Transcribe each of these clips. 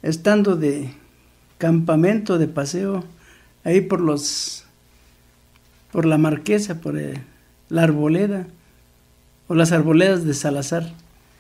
estando de campamento, de paseo, ahí por la Marquesa, por la Arboleda, o las Arboledas de Salazar,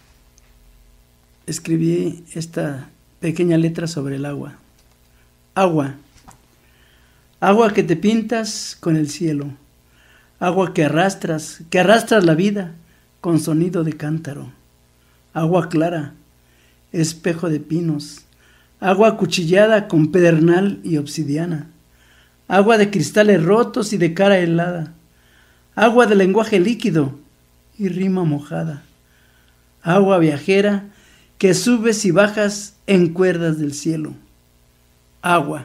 escribí esta pequeña letra sobre el agua. Agua, agua que te pintas con el cielo, agua que arrastras la vida con sonido de cántaro, agua clara, espejo de pinos, agua acuchillada con pedernal y obsidiana, agua de cristales rotos y de cara helada, agua de lenguaje líquido y rima mojada, agua viajera que subes y bajas en cuerdas del cielo. Agua.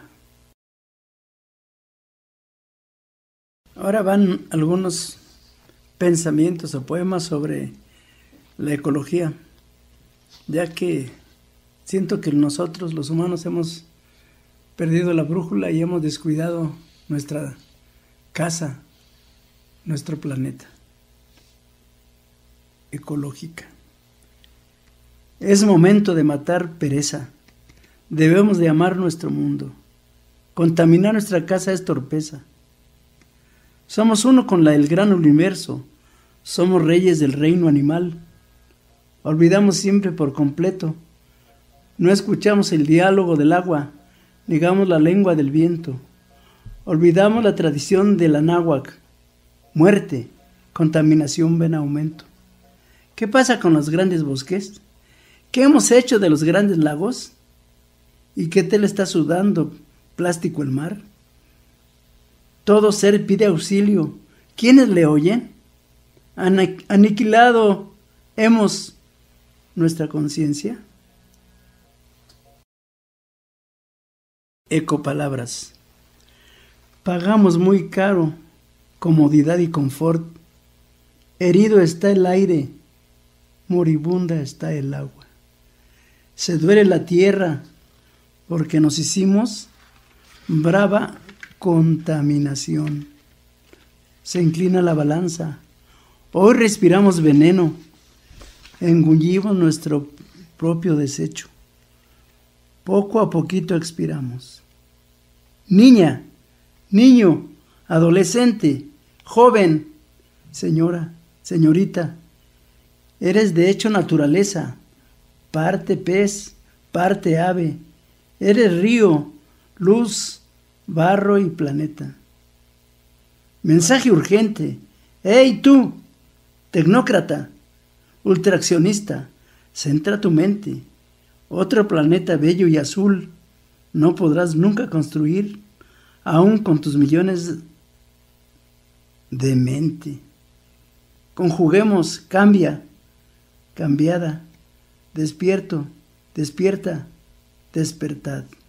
Ahora van algunos pensamientos o poemas sobre la ecología, ya que siento que nosotros, los humanos, hemos perdido la brújula y hemos descuidado nuestra casa, nuestro planeta ecológica. Es momento de matar pereza. Debemos de amar nuestro mundo. Contaminar nuestra casa es torpeza. Somos uno con el gran universo. Somos reyes del reino animal. Olvidamos siempre por completo. No escuchamos el diálogo del agua. Negamos la lengua del viento. Olvidamos la tradición del anáhuac. Muerte, contaminación en aumento. ¿Qué pasa con los grandes bosques? ¿Qué hemos hecho de los grandes lagos? ¿Y qué te le está sudando plástico el mar? Todo ser pide auxilio. ¿Quiénes le oyen? Aniquilado hemos nuestra conciencia. Ecopalabras. Pagamos muy caro comodidad y confort. Herido está el aire, moribunda está el agua. Se duele la tierra porque nos hicimos brava contaminación. Se inclina la balanza. Hoy respiramos veneno. Engullimos nuestro propio desecho. Poco a poquito expiramos. Niña, niño, adolescente, joven, señora, señorita, eres de hecho naturaleza, parte pez, parte ave, eres río, luz, barro y planeta. Mensaje urgente. ¡Hey tú, tecnócrata, ultraaccionista! Centra tu mente. Otro planeta bello y azul no podrás nunca construir, aun con tus millones de mente. Conjuguemos cambia, cambiada, despierto, despierta, despertad.